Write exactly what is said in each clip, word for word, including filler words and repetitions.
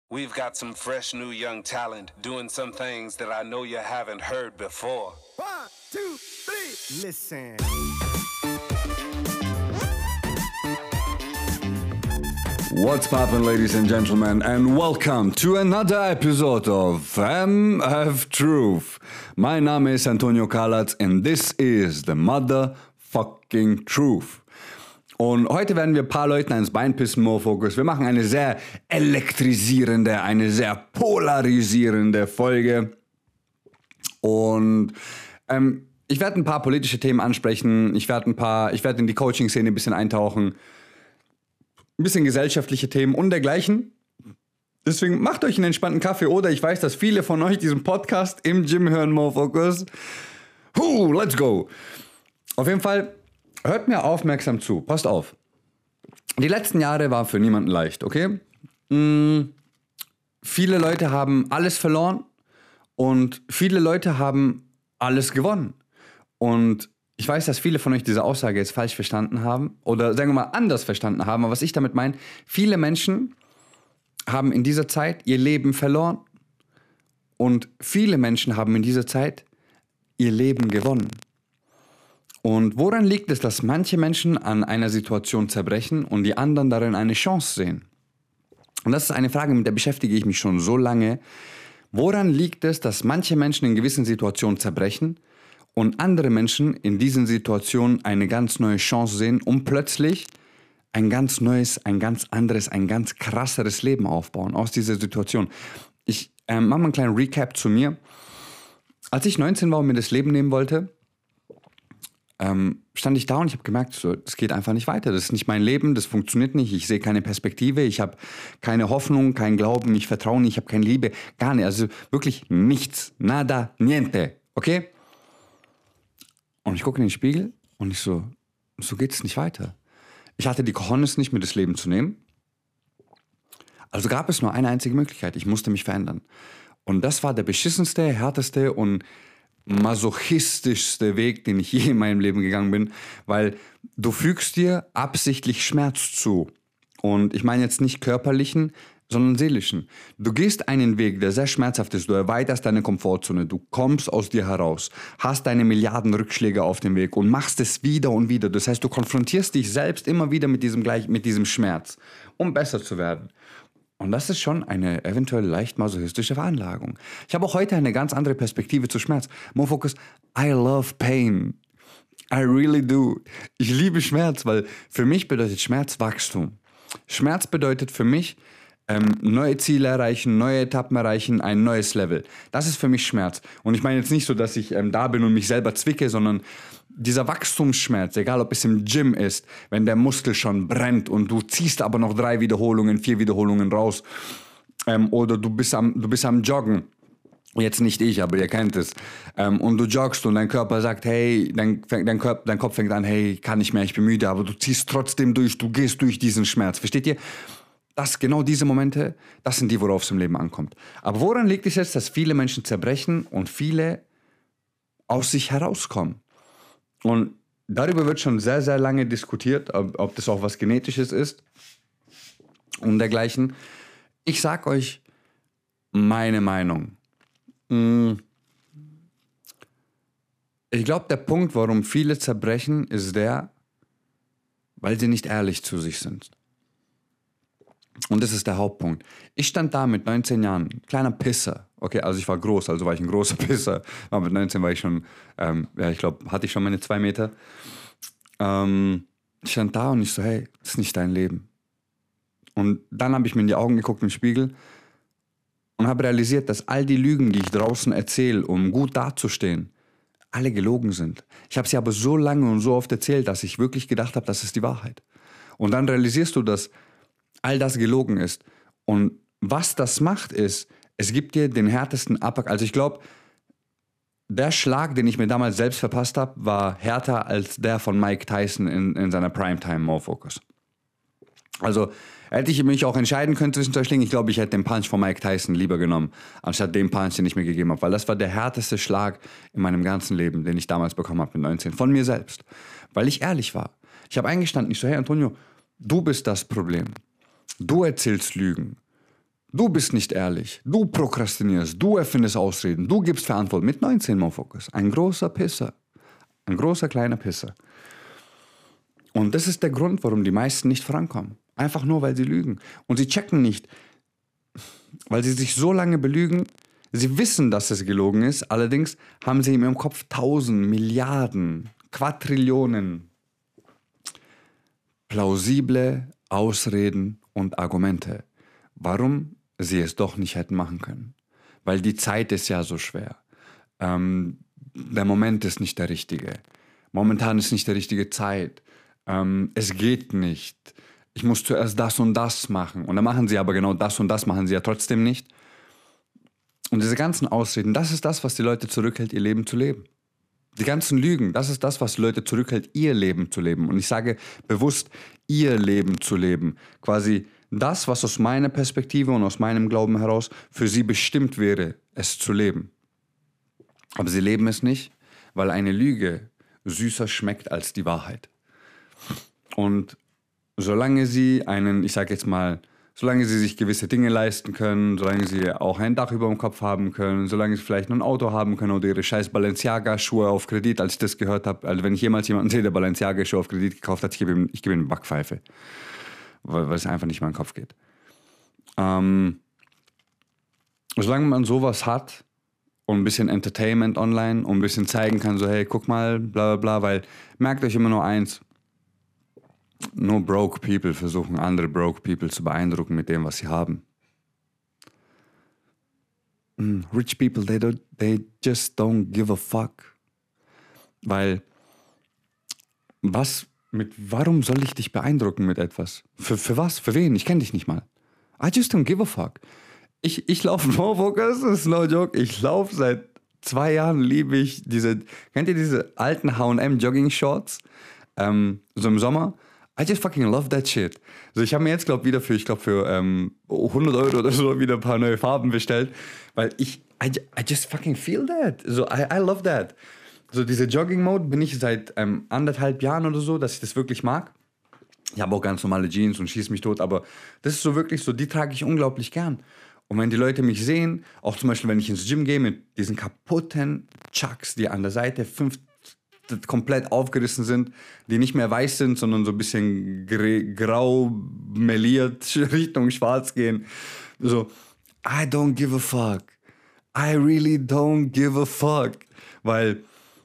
We've got some fresh new young talent doing some things that I know you haven't heard before. One, two, three, listen. What's poppin', ladies and gentlemen, and welcome to another episode of M F Truth. Mein Name ist Antonio Kalatz and this is the motherfucking truth. Und heute werden wir ein paar Leuten ans Bein pissen, Mofocus. Wir machen eine sehr elektrisierende, eine sehr polarisierende Folge. Und ähm, ich werde ein paar politische Themen ansprechen. Ich werde ein paar, ich werde in die Coaching-Szene ein bisschen eintauchen. Ein bisschen gesellschaftliche Themen und dergleichen. Deswegen macht euch einen entspannten Kaffee oder ich weiß, dass viele von euch diesen Podcast im Gym hören, Mofocus. Huh, let's go. Auf jeden Fall, hört mir aufmerksam zu. Passt auf. Die letzten Jahre waren für niemanden leicht, okay? Hm, viele Leute haben alles verloren und viele Leute haben alles gewonnen. Und ich weiß, dass viele von euch diese Aussage jetzt falsch verstanden haben oder sagen wir mal anders verstanden haben. Aber was ich damit meine, viele Menschen haben in dieser Zeit ihr Leben verloren und viele Menschen haben in dieser Zeit ihr Leben gewonnen. Und woran liegt es, dass manche Menschen an einer Situation zerbrechen und die anderen darin eine Chance sehen? Und das ist eine Frage, mit der beschäftige ich mich schon so lange. Woran liegt es, dass manche Menschen in gewissen Situationen zerbrechen und andere Menschen in diesen Situationen eine ganz neue Chance sehen, um plötzlich ein ganz neues, ein ganz anderes, ein ganz krasseres Leben aufbauen aus dieser Situation? Ich äh, mache mal einen kleinen Recap zu mir. Als ich neunzehn war und mir das Leben nehmen wollte, ähm, stand ich da und ich habe gemerkt, so, das geht einfach nicht weiter. Das ist nicht mein Leben, das funktioniert nicht. Ich sehe keine Perspektive, ich habe keine Hoffnung, keinen Glauben, ich vertraue nicht, ich habe keine Liebe, gar nicht. Also wirklich nichts, nada, niente, okay? Und ich gucke in den Spiegel und ich so, so geht es nicht weiter. Ich hatte die Cojones nicht, mir das Leben zu nehmen. Also gab es nur eine einzige Möglichkeit. Ich musste mich verändern. Und das war der beschissenste, härteste und masochistischste Weg, den ich je in meinem Leben gegangen bin. Weil du fügst dir absichtlich Schmerz zu. Und ich meine jetzt nicht körperlichen, sondern seelischen. Du gehst einen Weg, der sehr schmerzhaft ist. Du erweiterst deine Komfortzone. Du kommst aus dir heraus, hast deine Milliarden Rückschläge auf dem Weg und machst es wieder und wieder. Das heißt, du konfrontierst dich selbst immer wieder mit diesem, gleich, mit diesem Schmerz, um besser zu werden. Und das ist schon eine eventuell leicht masochistische Veranlagung. Ich habe auch heute eine ganz andere Perspektive zu Schmerz. Mofocus, I love pain. I really do. Ich liebe Schmerz, weil für mich bedeutet Schmerz Wachstum. Schmerz bedeutet für mich, Ähm, neue Ziele erreichen, neue Etappen erreichen, ein neues Level. Das ist für mich Schmerz. Und ich meine jetzt nicht so, dass ich ähm, da bin und mich selber zwicke, sondern dieser Wachstumsschmerz, egal ob es im Gym ist, wenn der Muskel schon brennt und du ziehst aber noch drei Wiederholungen, vier Wiederholungen raus, ähm, oder du bist am, du bist am Joggen. Jetzt nicht ich, aber ihr kennt es. Ähm, und du joggst und dein Körper sagt, hey, dein, dein, Körper, dein Kopf fängt an, hey, kann nicht mehr, ich bin müde, aber du ziehst trotzdem durch, du gehst durch diesen Schmerz. Versteht ihr? Das, genau diese Momente, das sind die, worauf es im Leben ankommt. Aber woran liegt es jetzt, dass viele Menschen zerbrechen und viele aus sich herauskommen? Und darüber wird schon sehr, sehr lange diskutiert, ob, ob das auch was Genetisches ist und dergleichen. Ich sag euch meine Meinung. Ich glaube, der Punkt, warum viele zerbrechen, ist der, weil sie nicht ehrlich zu sich sind. Und das ist der Hauptpunkt. Ich stand da mit neunzehn Jahren, kleiner Pisser. Okay, also ich war groß, also war ich ein großer Pisser. Aber mit neunzehn war ich schon, ähm, ja, ich glaube, hatte ich schon meine zwei Meter. Ähm, ich stand da und ich so, hey, das ist nicht dein Leben. Und dann habe ich mir in die Augen geguckt im Spiegel und habe realisiert, dass all die Lügen, die ich draußen erzähle, um gut dazustehen, alle gelogen sind. Ich habe sie aber so lange und so oft erzählt, dass ich wirklich gedacht habe, das ist die Wahrheit. Und dann realisierst du, dass all das gelogen ist. Und was das macht, ist, es gibt dir den härtesten Abpack. Also ich glaube, der Schlag, den ich mir damals selbst verpasst habe, war härter als der von Mike Tyson in, in seiner Primetime Mofocus. Also hätte ich mich auch entscheiden können zwischen zwei Schlägen, ich glaube, ich hätte den Punch von Mike Tyson lieber genommen, anstatt den Punch, den ich mir gegeben habe. Weil das war der härteste Schlag in meinem ganzen Leben, den ich damals bekommen habe mit neunzehn. Von mir selbst. Weil ich ehrlich war. Ich habe eingestanden, ich so, hey Antonio, du bist das Problem. Du erzählst Lügen. Du bist nicht ehrlich, du prokrastinierst, du erfindest Ausreden, du gibst Verantwortung. Mit neunzehn Motherfuckers. Ein großer Pisser. Ein großer, kleiner Pisser. Und das ist der Grund, warum die meisten nicht vorankommen. Einfach nur, weil sie lügen. Und sie checken nicht, weil sie sich so lange belügen. Sie wissen, dass es gelogen ist. Allerdings haben sie in ihrem Kopf tausend, Milliarden, Quadrillionen plausible Ausreden und Argumente, warum sie es doch nicht hätten machen können. Weil die Zeit ist ja so schwer. Ähm, der Moment ist nicht der richtige. Momentan ist nicht die richtige Zeit. Ähm, es geht nicht. Ich muss zuerst das und das machen. Und dann machen sie aber genau das und das machen sie ja trotzdem nicht. Und diese ganzen Ausreden, das ist das, was die Leute zurückhält, ihr Leben zu leben. Die ganzen Lügen, das ist das, was die Leute zurückhält, ihr Leben zu leben. Und ich sage bewusst, ihr Leben zu leben. Quasi das, was aus meiner Perspektive und aus meinem Glauben heraus für sie bestimmt wäre, es zu leben. Aber sie leben es nicht, weil eine Lüge süßer schmeckt als die Wahrheit. Und solange sie einen, ich sage jetzt mal, solange sie sich gewisse Dinge leisten können, solange sie auch ein Dach über dem Kopf haben können, solange sie vielleicht noch ein Auto haben können oder ihre scheiß Balenciaga-Schuhe auf Kredit, als ich das gehört habe, also wenn ich jemals jemanden sehe, der Balenciaga-Schuhe auf Kredit gekauft hat, ich gebe ihm, ich gebe ihm eine Backpfeife, weil, weil es einfach nicht in meinen Kopf geht. Ähm, solange man sowas hat und ein bisschen Entertainment online und ein bisschen zeigen kann, so hey, guck mal, bla bla bla, weil merkt euch immer nur eins, nur broke people versuchen, andere broke people zu beeindrucken mit dem, was sie haben. Mm, rich people, they, don't, they just don't give a fuck. Weil, was, mit, warum soll ich dich beeindrucken mit etwas? Für, für was? Für wen? Ich kenne dich nicht mal. I just don't give a fuck. Ich, ich laufe, no focus, das ist no joke, ich laufe seit zwei Jahren, liebe ich diese, kennt ihr diese alten H und M Jogging Shorts? Ähm, so im Sommer? I just fucking love that shit. Also ich habe mir jetzt, glaube ich, wieder für, ich glaube, für ähm, hundert Euro oder so wieder ein paar neue Farben bestellt, weil ich, I, I just fucking feel that. So, I, I love that. So diese Jogging-Mode bin ich seit ähm, anderthalb Jahren oder so, dass ich das wirklich mag. Ich habe auch ganz normale Jeans und schieß mich tot, aber das ist so wirklich so, die trage ich unglaublich gern. Und wenn die Leute mich sehen, auch zum Beispiel, wenn ich ins Gym gehe mit diesen kaputten Chucks, die an der Seite fünf komplett aufgerissen sind, die nicht mehr weiß sind, sondern so ein bisschen grau meliert Richtung schwarz gehen. So, I don't give a fuck. I really don't give a fuck. Weil,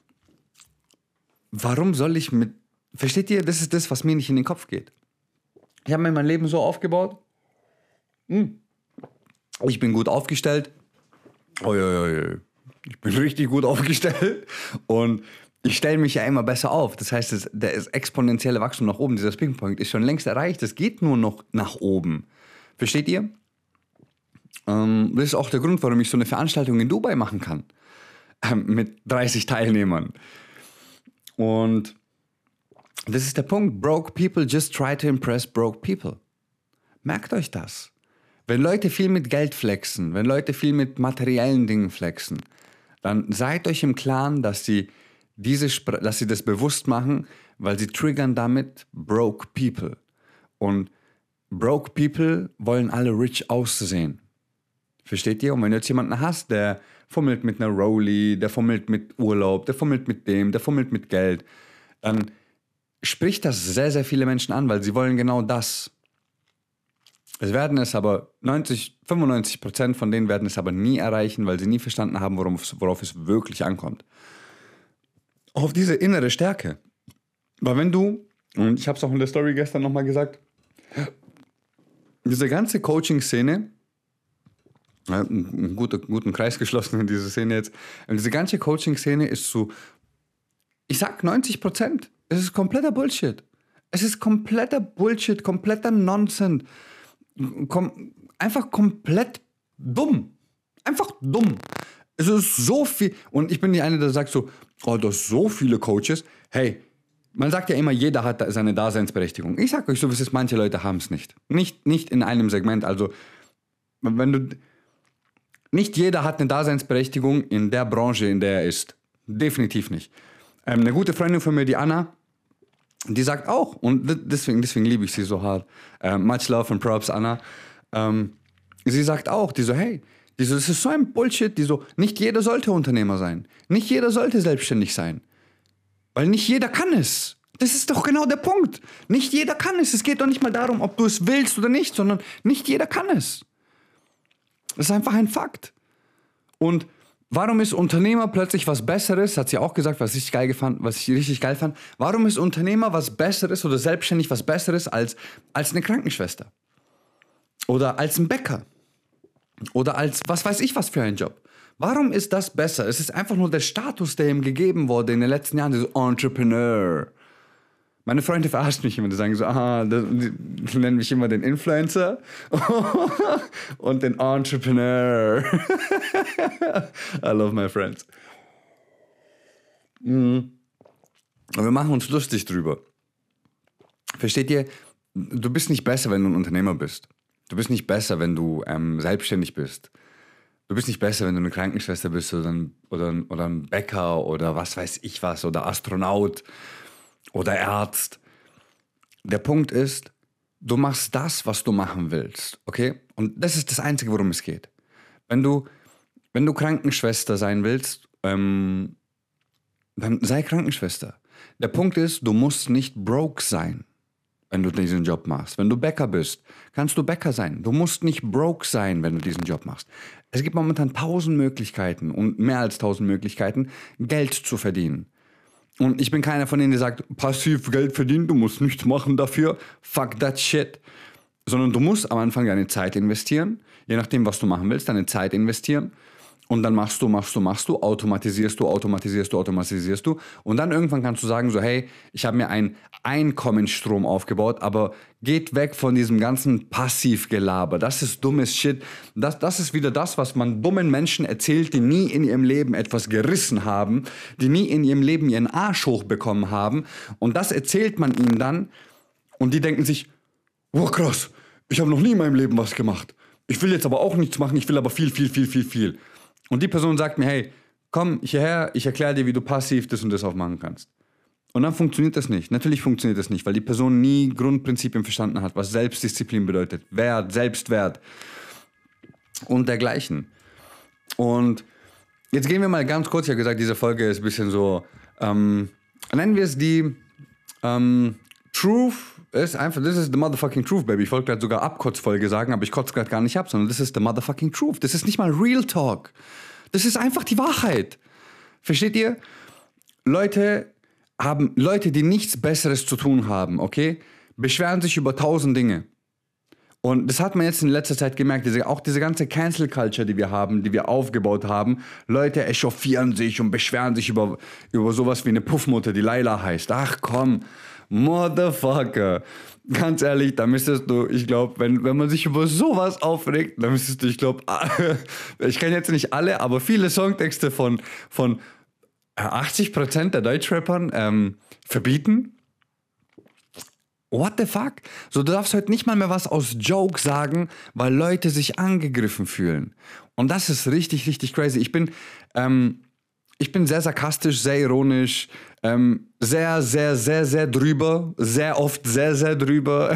warum soll ich mit, versteht ihr, das ist das, was mir nicht in den Kopf geht. Ich habe mir mein Leben so aufgebaut, hm. Ich bin gut aufgestellt, oi, oi, oi. Ich bin richtig gut aufgestellt und ich stelle mich ja immer besser auf. Das heißt, das, das exponentielle Wachstum nach oben, dieser Speaking Point, ist schon längst erreicht. Das geht nur noch nach oben. Versteht ihr? Ähm, das ist auch der Grund, warum ich so eine Veranstaltung in Dubai machen kann. Ähm, mit dreißig Teilnehmern. Und das ist der Punkt. Broke people just try to impress broke people. Merkt euch das. Wenn Leute viel mit Geld flexen, wenn Leute viel mit materiellen Dingen flexen, dann seid euch im Klaren, dass sie Diese, dass sie das bewusst machen, weil sie triggern damit broke people. Und broke people wollen alle rich aussehen. Versteht ihr? Und wenn du jetzt jemanden hast, der fummelt mit einer Rolli, der fummelt mit Urlaub, der fummelt mit dem, der fummelt mit Geld, dann spricht das sehr, sehr viele Menschen an, weil sie wollen genau das. Es werden es aber, neunzig, fünfundneunzig Prozent von denen werden es aber nie erreichen, weil sie nie verstanden haben, worauf, worauf es wirklich ankommt. Auf diese innere Stärke. Weil wenn du, und ich habe es auch in der Story gestern nochmal gesagt, diese ganze Coaching-Szene, einen guten, guten Kreis geschlossen in diese Szene jetzt, diese ganze Coaching-Szene ist so, ich sag neunzig Prozent, es ist kompletter Bullshit. Es ist kompletter Bullshit, kompletter Nonsens. Kom- einfach komplett dumm. Einfach dumm. Es ist so viel. Und ich bin nicht einer, der sagt so, oh, du hast so viele Coaches. Hey, man sagt ja immer, jeder hat seine Daseinsberechtigung. Ich sag euch so, wie es ist, manche Leute haben es nicht. nicht. Nicht in einem Segment. Also, wenn du, nicht jeder hat eine Daseinsberechtigung in der Branche, in der er ist. Definitiv nicht. Ähm, eine gute Freundin von mir, die Anna, die sagt auch, und deswegen, deswegen liebe ich sie so hart. Ähm, much love and props, Anna. Ähm, sie sagt auch, die so, hey, die so, das ist so ein Bullshit, die so, nicht jeder sollte Unternehmer sein. Nicht jeder sollte selbstständig sein. Weil nicht jeder kann es. Das ist doch genau der Punkt. Nicht jeder kann es. Es geht doch nicht mal darum, ob du es willst oder nicht, sondern nicht jeder kann es. Das ist einfach ein Fakt. Und warum ist Unternehmer plötzlich was Besseres? Hat sie auch gesagt, was ich geil fand, was ich richtig geil fand. Warum ist Unternehmer was Besseres oder selbstständig was Besseres als, als eine Krankenschwester? Oder als ein Bäcker? Oder als was weiß ich was für ein Job? Warum ist das besser? Es ist einfach nur der Status, der ihm gegeben wurde in den letzten Jahren, dieser Entrepreneur. Meine Freunde verarschen mich immer, die sagen so, aha, die nennen mich immer den Influencer und den Entrepreneur. I love my friends. Mhm. Und wir machen uns lustig drüber. Versteht ihr? Du bist nicht besser, wenn du ein Unternehmer bist. Du bist nicht besser, wenn du ähm, selbstständig bist. Du bist nicht besser, wenn du eine Krankenschwester bist oder ein, oder, ein, oder ein Bäcker oder was weiß ich was oder Astronaut oder Arzt. Der Punkt ist, du machst das, was du machen willst, okay? Und das ist das Einzige, worum es geht. Wenn du, wenn du Krankenschwester sein willst, ähm, dann sei Krankenschwester. Der Punkt ist, du musst nicht broke sein, wenn du diesen Job machst. Wenn du Bäcker bist, kannst du Bäcker sein. Du musst nicht broke sein, wenn du diesen Job machst. Es gibt momentan tausend Möglichkeiten und mehr als tausend Möglichkeiten, Geld zu verdienen. Und ich bin keiner von denen, der sagt, passiv Geld verdienen, du musst nichts machen dafür. Fuck that shit. Sondern du musst am Anfang deine Zeit investieren. Je nachdem, was du machen willst, deine Zeit investieren. Und dann machst du, machst du, machst du, automatisierst du, automatisierst du, automatisierst du. Und dann irgendwann kannst du sagen so, hey, ich habe mir einen Einkommensstrom aufgebaut, aber geht weg von diesem ganzen Passivgelaber. Das ist dummes Shit. Das, das ist wieder das, was man dummen Menschen erzählt, die nie in ihrem Leben etwas gerissen haben, die nie in ihrem Leben ihren Arsch hochbekommen haben. Und das erzählt man ihnen dann und die denken sich, wow krass, ich habe noch nie in meinem Leben was gemacht. Ich will jetzt aber auch nichts machen, ich will aber viel, viel, viel, viel, viel. Und die Person sagt mir, hey, komm hierher, ich erkläre dir, wie du passiv das und das auch machen kannst. Und dann funktioniert das nicht. Natürlich funktioniert das nicht, weil die Person nie Grundprinzipien verstanden hat, was Selbstdisziplin bedeutet, Wert, Selbstwert und dergleichen. Und jetzt gehen wir mal ganz kurz, ich habe gesagt, diese Folge ist ein bisschen so, ähm, nennen wir es die ähm, Truth, ist einfach, this is the motherfucking truth, baby. Ich wollte gerade sogar Abkotzfolge sagen, aber ich kotze gerade gar nicht ab, sondern this is the motherfucking truth. Das ist nicht mal Real Talk. Das ist einfach die Wahrheit. Versteht ihr? Leute haben, Leute, die nichts Besseres zu tun haben, okay, beschweren sich über tausend Dinge. Und das hat man jetzt in letzter Zeit gemerkt, diese, auch diese ganze Cancel Culture, die wir haben, die wir aufgebaut haben. Leute echauffieren sich und beschweren sich über, über sowas wie eine Puffmutter, die Laila heißt. Ach komm, Motherfucker. Ganz ehrlich, da müsstest du, ich glaube, wenn, wenn man sich über sowas aufregt, dann müsstest du, ich glaube, ich kenne jetzt nicht alle, aber viele Songtexte von, von achtzig Prozent der Deutschrappern ähm, verbieten. What the fuck? So, du darfst heute nicht mal mehr was aus Joke sagen, weil Leute sich angegriffen fühlen. Und das ist richtig, richtig crazy. Ich bin, ähm, ich bin sehr sarkastisch, sehr ironisch, ähm, sehr, sehr, sehr, sehr drüber, sehr oft sehr, sehr drüber.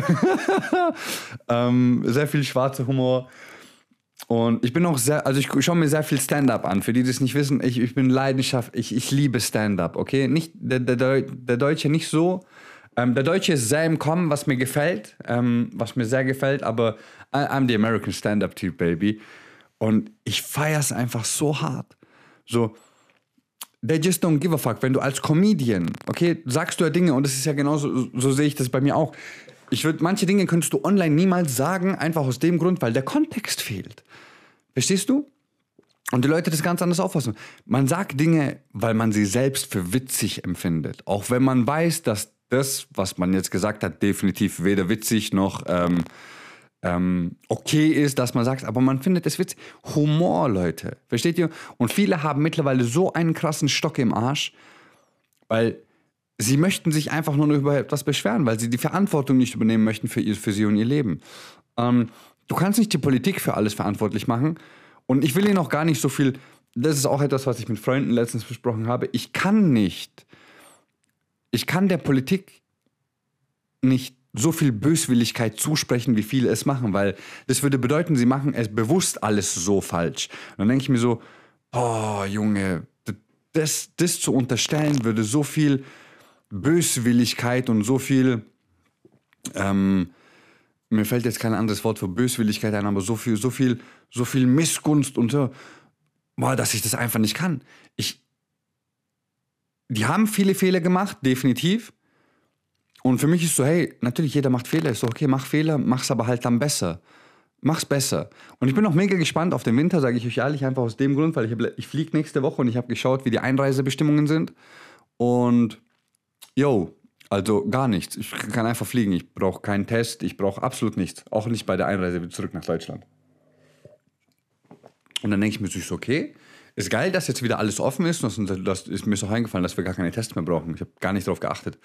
ähm, sehr viel schwarzer Humor. Und ich bin auch sehr, also ich schaue mir sehr viel Stand-Up an. Für die, die es nicht wissen, ich, ich bin Leidenschaft, ich, ich liebe Stand-Up, okay? Nicht, der, der, der Deutsche nicht so. Ähm, der Deutsche ist sehr im Kommen, was mir gefällt, ähm, was mir sehr gefällt, aber I, I'm the American Stand-Up-Typ, baby. Und ich feiere es einfach so hart. So, they just don't give a fuck. Wenn du als Comedian, okay, sagst du ja Dinge, und das ist ja genauso, so sehe ich das bei mir auch. Ich würde, manche Dinge könntest du online niemals sagen, einfach aus dem Grund, weil der Kontext fehlt. Verstehst du? Und die Leute das ganz anders auffassen. Man sagt Dinge, weil man sie selbst für witzig empfindet. Auch wenn man weiß, dass das, was man jetzt gesagt hat, definitiv weder witzig noch ähm, ähm, okay ist, dass man sagt, aber man findet es witzig. Humor, Leute. Versteht ihr? Und viele haben mittlerweile so einen krassen Stock im Arsch, weil sie möchten sich einfach nur über etwas beschweren, weil sie die Verantwortung nicht übernehmen möchten für, ihr, für sie und ihr Leben. Ähm, du kannst nicht die Politik für alles verantwortlich machen. Und ich will ihnen auch gar nicht so viel, das ist auch etwas, was ich mit Freunden letztens besprochen habe, ich kann nicht, ich kann der Politik nicht so viel Böswilligkeit zusprechen, wie viele es machen, weil das würde bedeuten, sie machen es bewusst alles so falsch. Und dann denke ich mir so, oh Junge, das, das zu unterstellen würde so viel Böswilligkeit und so viel, ähm, mir fällt jetzt kein anderes Wort für Böswilligkeit ein, aber so viel, so viel, so viel Missgunst und so, boah, dass ich das einfach nicht kann. Ich, die haben viele Fehler gemacht, definitiv. Und für mich ist so, hey, natürlich jeder macht Fehler, ist so, okay, mach Fehler, mach's aber halt dann besser. Mach's besser. Und ich bin auch mega gespannt auf den Winter, sage ich euch ehrlich, einfach aus dem Grund, weil ich, ich fliege nächste Woche und ich habe geschaut, wie die Einreisebestimmungen sind. Und, yo, also gar nichts. Ich kann einfach fliegen. Ich brauche keinen Test, ich brauche absolut nichts. Auch nicht bei der Einreise zurück nach Deutschland. Und dann denke ich mir so, okay, ist geil, dass jetzt wieder alles offen ist. Und das, das ist mir so eingefallen, dass wir gar keine Tests mehr brauchen. Ich habe gar nicht darauf geachtet.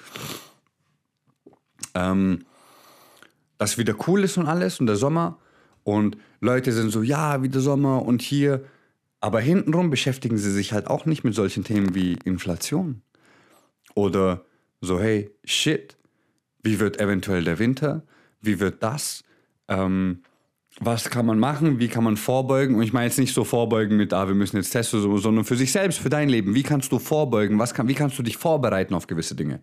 Ähm, dass wieder cool ist und alles und der Sommer. Und Leute sind so, ja, wieder Sommer und hier. Aber hintenrum beschäftigen sie sich halt auch nicht mit solchen Themen wie Inflation. Oder so, hey, shit, wie wird eventuell der Winter? Wie wird das? Ähm, was kann man machen? Wie kann man vorbeugen? Und ich meine jetzt nicht so vorbeugen mit, ah, wir müssen jetzt testen, so, sondern für sich selbst, für dein Leben. Wie kannst du vorbeugen? Was kann, wie kannst du dich vorbereiten auf gewisse Dinge?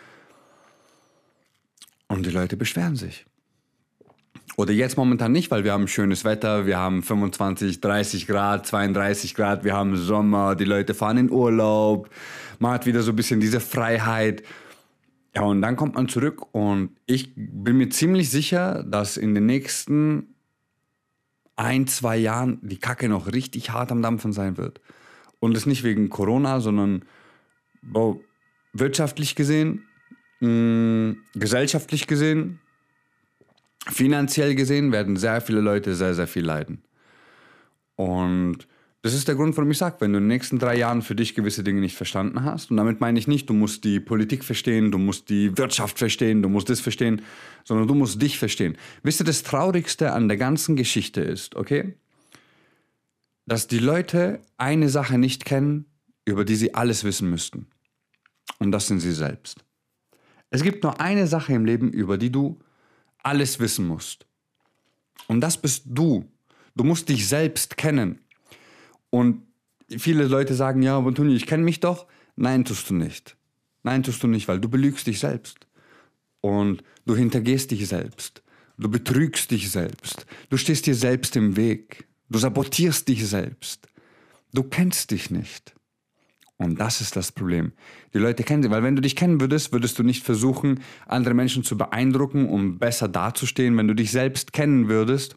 Und die Leute beschweren sich. Oder jetzt momentan nicht, weil wir haben schönes Wetter, wir haben fünfundzwanzig, dreißig Grad, zweiunddreißig Grad, wir haben Sommer, die Leute fahren in Urlaub, man hat wieder so ein bisschen diese Freiheit. Ja, und dann kommt man zurück und ich bin mir ziemlich sicher, dass in den nächsten ein, zwei Jahren die Kacke noch richtig hart am Dampfen sein wird. Und das nicht wegen Corona, sondern boah, wirtschaftlich gesehen, mh, gesellschaftlich gesehen, finanziell gesehen werden sehr viele Leute sehr, sehr viel leiden. Und das ist der Grund, warum ich sage, wenn du in den nächsten drei Jahren für dich gewisse Dinge nicht verstanden hast, und damit meine ich nicht, du musst die Politik verstehen, du musst die Wirtschaft verstehen, du musst das verstehen, sondern du musst dich verstehen. Wisst ihr, das Traurigste an der ganzen Geschichte ist, okay, dass die Leute eine Sache nicht kennen, über die sie alles wissen müssten. Und das sind sie selbst. Es gibt nur eine Sache im Leben, über die du alles wissen musst. Und das bist du. Du musst dich selbst kennen. Und viele Leute sagen, ja, aber Antonio, ich kenne mich doch. Nein, tust du nicht. Nein, tust du nicht, weil du belügst dich selbst. Und du hintergehst dich selbst. Du betrügst dich selbst. Du stehst dir selbst im Weg. Du sabotierst dich selbst. Du kennst dich nicht. Und das ist das Problem. Die Leute kennen sie, weil wenn du dich kennen würdest, würdest du nicht versuchen, andere Menschen zu beeindrucken, um besser dazustehen. Wenn du dich selbst kennen würdest,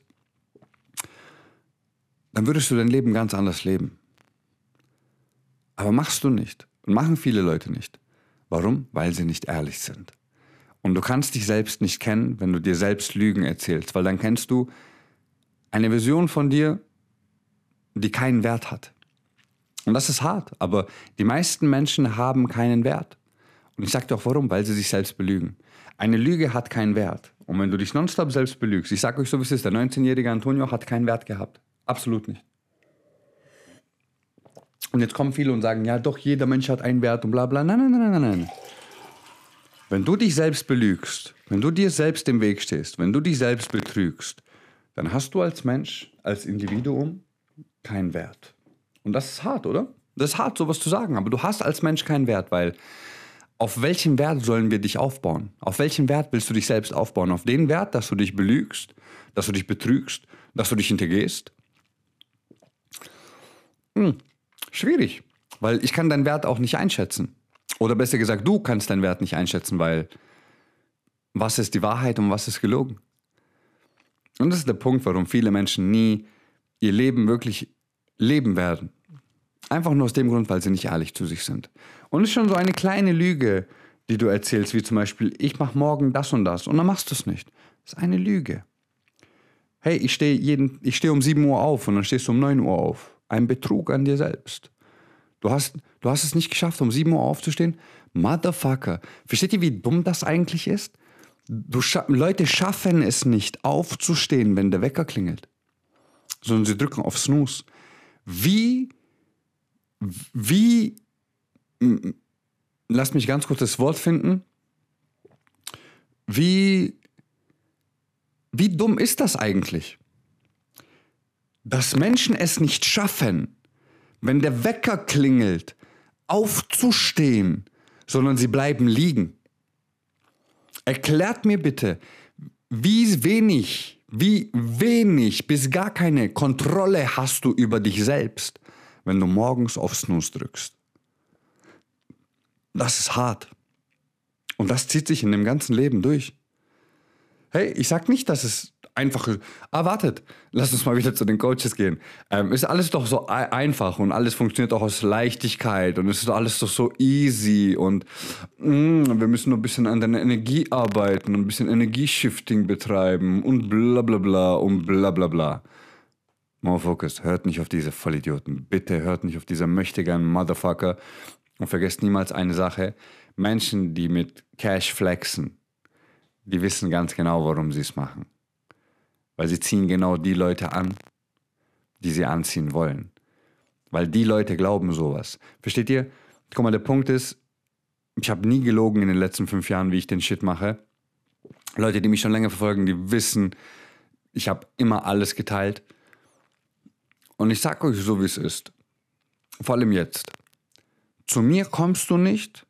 dann würdest du dein Leben ganz anders leben. Aber machst du nicht. Und machen viele Leute nicht. Warum? Weil sie nicht ehrlich sind. Und du kannst dich selbst nicht kennen, wenn du dir selbst Lügen erzählst, weil dann kennst du eine Version von dir, die keinen Wert hat. Und das ist hart, aber die meisten Menschen haben keinen Wert. Und ich sage dir auch warum, weil sie sich selbst belügen. Eine Lüge hat keinen Wert. Und wenn du dich nonstop selbst belügst, ich sage euch so, wie es ist, der neunzehnjährige Antonio hat keinen Wert gehabt. Absolut nicht. Und jetzt kommen viele und sagen, ja doch, jeder Mensch hat einen Wert und bla bla. Nein, nein, nein, nein, nein. Wenn du dich selbst belügst, wenn du dir selbst im Weg stehst, wenn du dich selbst betrügst, dann hast du als Mensch, als Individuum keinen Wert. Und das ist hart, oder? Das ist hart, sowas zu sagen. Aber du hast als Mensch keinen Wert, weil auf welchen Wert sollen wir dich aufbauen? Auf welchen Wert willst du dich selbst aufbauen? Auf den Wert, dass du dich belügst, dass du dich betrügst, dass du dich hintergehst? Hm, schwierig, weil ich kann deinen Wert auch nicht einschätzen. Oder besser gesagt, du kannst deinen Wert nicht einschätzen, weil was ist die Wahrheit und was ist gelogen? Und das ist der Punkt, warum viele Menschen nie ihr Leben wirklich leben werden. Einfach nur aus dem Grund, weil sie nicht ehrlich zu sich sind. Und es ist schon so eine kleine Lüge, die du erzählst, wie zum Beispiel, ich mache morgen das und das und dann machst du es nicht. Das ist eine Lüge. Hey, ich stehe jeden, ich stehe um sieben Uhr auf und dann stehst du um neun Uhr auf. Ein Betrug an dir selbst. Du hast, du hast es nicht geschafft, um sieben Uhr aufzustehen. Motherfucker. Versteht ihr, wie dumm das eigentlich ist? Du scha- Leute schaffen es nicht, aufzustehen, wenn der Wecker klingelt. Sondern sie drücken auf Snooze. Wie, wie, lass mich ganz kurz das Wort finden, wie wie dumm ist das eigentlich? Dass Menschen es nicht schaffen, wenn der Wecker klingelt, aufzustehen, sondern sie bleiben liegen. Erklärt mir bitte, wie wenig, wie wenig bis gar keine Kontrolle hast du über dich selbst, wenn du morgens auf Snooze drückst. Das ist hart. Und das zieht sich in dem ganzen Leben durch. Hey, ich sag nicht, dass es einfach ist. Ah, wartet, lass uns mal wieder zu den Coaches gehen. Ähm, ist alles doch so e- einfach und alles funktioniert auch aus Leichtigkeit und es ist alles doch so easy und mm, wir müssen nur ein bisschen an der Energie arbeiten und ein bisschen Energieshifting betreiben und bla bla bla und bla bla bla. More focus, hört nicht auf diese Vollidioten. Bitte hört nicht auf diese möchtegern Motherfucker und vergesst niemals eine Sache. Menschen, die mit Cash flexen, die wissen ganz genau, warum sie es machen. Weil sie ziehen genau die Leute an, die sie anziehen wollen. Weil die Leute glauben sowas. Versteht ihr? Guck mal, der Punkt ist, ich habe nie gelogen in den letzten fünf Jahren, wie ich den Shit mache. Leute, die mich schon länger verfolgen, die wissen, ich habe immer alles geteilt. Und ich sag euch so, wie es ist. Vor allem jetzt. Zu mir kommst du nicht,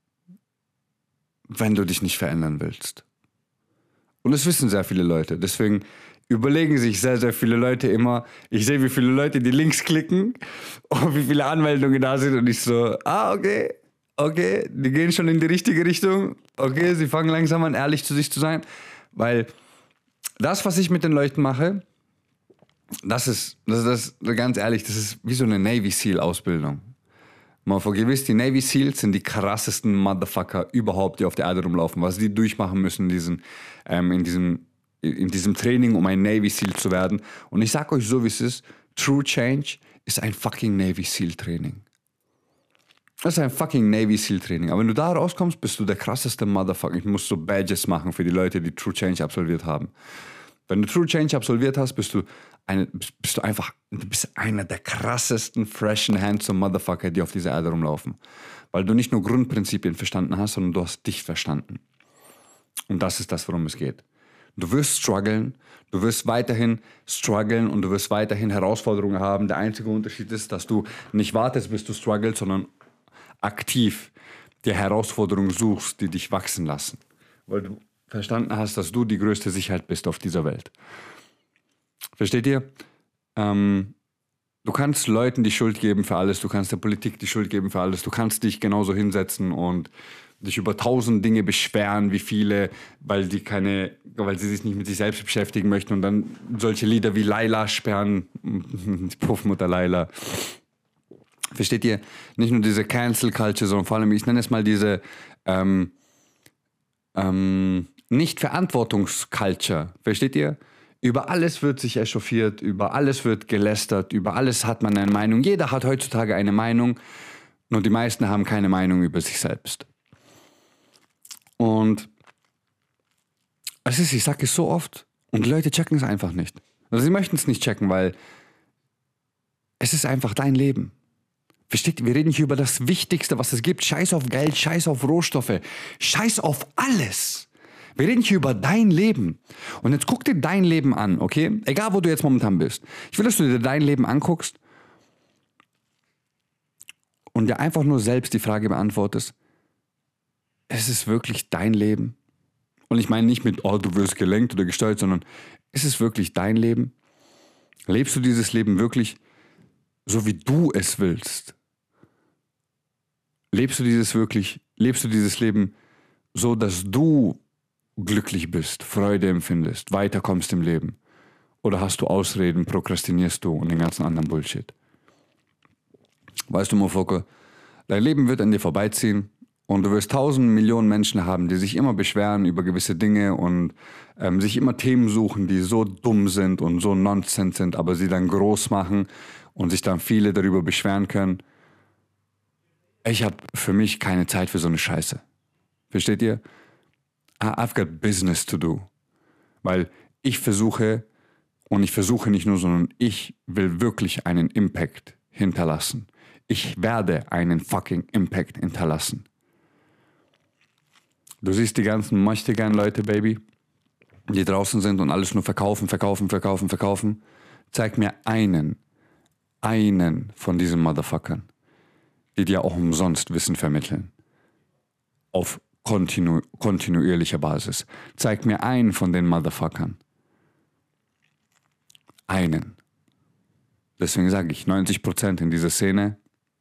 wenn du dich nicht verändern willst. Und das wissen sehr viele Leute. Deswegen überlegen sich sehr, sehr viele Leute immer, ich sehe, wie viele Leute die Links klicken und wie viele Anmeldungen da sind und ich so, ah, okay, okay, die gehen schon in die richtige Richtung. Okay, sie fangen langsam an, ehrlich zu sich zu sein. Weil das, was ich mit den Leuten mache, das ist, das ist das, ganz ehrlich, das ist wie so eine Navy Seal Ausbildung. Mal vergewiss, die Navy Seals sind die krassesten Motherfucker überhaupt, die auf der Erde rumlaufen. Was die durchmachen müssen in, diesen, ähm, in, diesem, in diesem Training, um ein Navy Seal zu werden. Und ich sag euch so, wie es ist, True Change ist ein fucking Navy Seal Training. Das ist ein fucking Navy Seal Training. Aber wenn du da rauskommst, bist du der krasseste Motherfucker. Ich muss so Badges machen für die Leute, die True Change absolviert haben. Wenn du True Change absolviert hast, bist du, eine, bist du einfach du bist einer der krassesten, freshen, handsome Motherfucker, die auf dieser Erde rumlaufen. Weil du nicht nur Grundprinzipien verstanden hast, sondern du hast dich verstanden. Und das ist das, worum es geht. Du wirst strugglen, du wirst weiterhin strugglen und du wirst weiterhin Herausforderungen haben. Der einzige Unterschied ist, dass du nicht wartest, bis du strugglest, sondern aktiv die Herausforderungen suchst, die dich wachsen lassen. Weil du verstanden hast, dass du die größte Sicherheit bist auf dieser Welt. Versteht ihr? Ähm, du kannst Leuten die Schuld geben für alles, du kannst der Politik die Schuld geben für alles, du kannst dich genauso hinsetzen und dich über tausend Dinge beschweren, wie viele, weil die keine, weil sie sich nicht mit sich selbst beschäftigen möchten und dann solche Lieder wie Laila sperren, die Puffmutter Laila. Versteht ihr? Nicht nur diese Cancel Culture, sondern vor allem, ich nenne es mal diese ähm, ähm, Nicht-Verantwortungs-Culture. Versteht ihr? Über alles wird sich echauffiert, über alles wird gelästert, über alles hat man eine Meinung. Jeder hat heutzutage eine Meinung, nur die meisten haben keine Meinung über sich selbst. Und es ist, ich sage es so oft, und die Leute checken es einfach nicht. Also sie möchten es nicht checken, weil es ist einfach dein Leben. Versteht ihr? Wir reden hier über das Wichtigste, was es gibt. Scheiß auf Geld, scheiß auf Rohstoffe, scheiß auf alles. Wir reden hier über dein Leben. Und jetzt guck dir dein Leben an, okay? Egal, wo du jetzt momentan bist. Ich will, dass du dir dein Leben anguckst und dir einfach nur selbst die Frage beantwortest, ist es wirklich dein Leben? Und ich meine nicht mit, oh, du wirst gelenkt oder gesteuert, sondern ist es wirklich dein Leben? Lebst du dieses Leben wirklich so, wie du es willst? Lebst du dieses wirklich, lebst du dieses Leben so, dass du glücklich bist, Freude empfindest, weiterkommst im Leben? Oder hast du Ausreden, prokrastinierst du und den ganzen anderen Bullshit? Weißt du, Mofoko, dein Leben wird an dir vorbeiziehen und du wirst tausend Millionen Menschen haben, die sich immer beschweren über gewisse Dinge und ähm, sich immer Themen suchen, die so dumm sind und so nonsense sind, aber sie dann groß machen und sich dann viele darüber beschweren können. Ich habe für mich keine Zeit für so eine Scheiße. Versteht ihr? I've got business to do. Weil ich versuche, und ich versuche nicht nur, sondern ich will wirklich einen Impact hinterlassen. Ich werde einen fucking Impact hinterlassen. Du siehst die ganzen Möchtegern Leute, Baby. die draußen sind und alles nur verkaufen, verkaufen, verkaufen, verkaufen. Zeig mir einen, einen von diesen Motherfuckern, die dir auch umsonst Wissen vermitteln. Auf kontinu- kontinuierlicher Basis. Zeig mir einen von den Motherfuckern. Einen. Deswegen sage ich, neunzig Prozent in dieser Szene,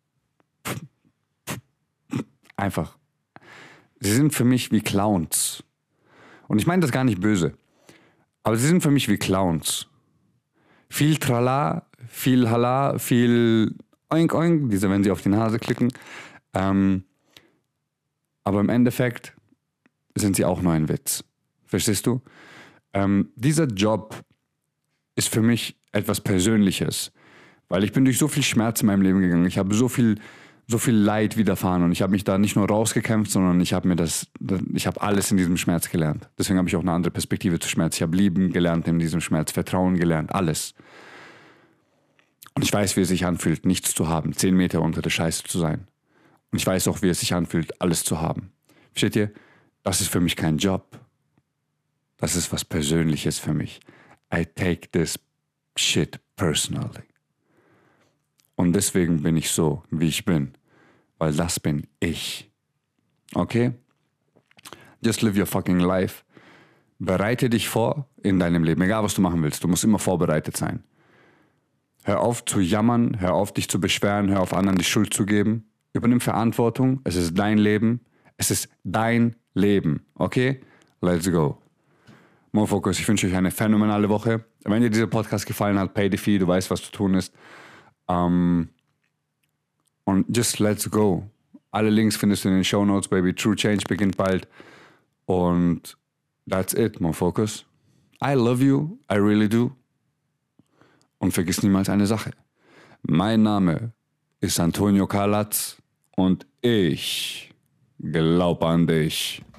einfach, sie sind für mich wie Clowns. Und ich meine das gar nicht böse, aber sie sind für mich wie Clowns. Viel Trala, viel Hala, viel Oink Oink, diese, wenn sie auf die Nase klicken. Ähm, aber im Endeffekt sind sie auch nur ein Witz. Verstehst du? Ähm, dieser Job ist für mich etwas Persönliches, weil ich bin durch so viel Schmerz in meinem Leben gegangen. Ich habe so viel, so viel Leid widerfahren und ich habe mich da nicht nur rausgekämpft, sondern ich habe mir das, ich habe alles in diesem Schmerz gelernt. Deswegen habe ich auch eine andere Perspektive zu Schmerz. Ich habe lieben gelernt in diesem Schmerz, Vertrauen gelernt, alles. Und ich weiß, wie es sich anfühlt, nichts zu haben, zehn Meter unter der Scheiße zu sein. Und ich weiß auch, wie es sich anfühlt, alles zu haben. Versteht ihr? Das ist für mich kein Job. Das ist was Persönliches für mich. I take this shit personally. Und deswegen bin ich so, wie ich bin. Weil das bin ich. Okay? Just live your fucking life. Bereite dich vor in deinem Leben. Egal, was du machen willst. Du musst immer vorbereitet sein. Hör auf zu jammern. Hör auf, dich zu beschweren. Hör auf, anderen die Schuld zu geben. Übernimm Verantwortung. Es ist dein Leben. Es ist dein Leben. Okay? Let's go. More Focus. Ich wünsche euch eine phänomenale Woche. Wenn dir dieser Podcast gefallen hat, pay the fee. Du weißt, was zu tun ist. Um, und just let's go. Alle Links findest du in den Shownotes, baby. True Change beginnt bald. Und that's it, More Focus. I love you, I really do. Und vergiss niemals eine Sache. Mein Name ist Antonio Kalatz und ich glaube an dich.